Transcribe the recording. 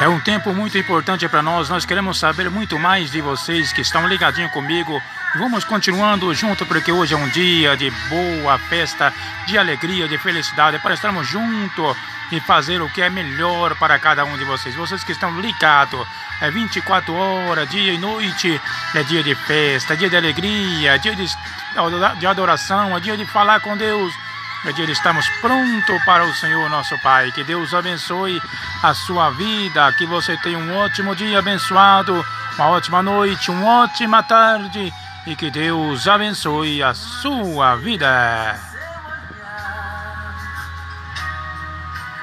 É um tempo muito importante para nós. Nós queremos saber muito mais de vocês que estão ligadinhos comigo. Vamos continuando junto, porque hoje é um dia de boa festa, de alegria, de felicidade, para estarmos juntos e fazer o que é melhor para cada um de vocês. Vocês que estão ligados, é 24 horas, dia e noite, é dia de festa, dia de alegria, dia de adoração, é dia de falar com Deus. É dia de estarmos prontos para o Senhor nosso Pai. Que Deus abençoe a sua vida, que você tenha um ótimo dia abençoado, uma ótima noite, uma ótima tarde, e que Deus abençoe a sua vida.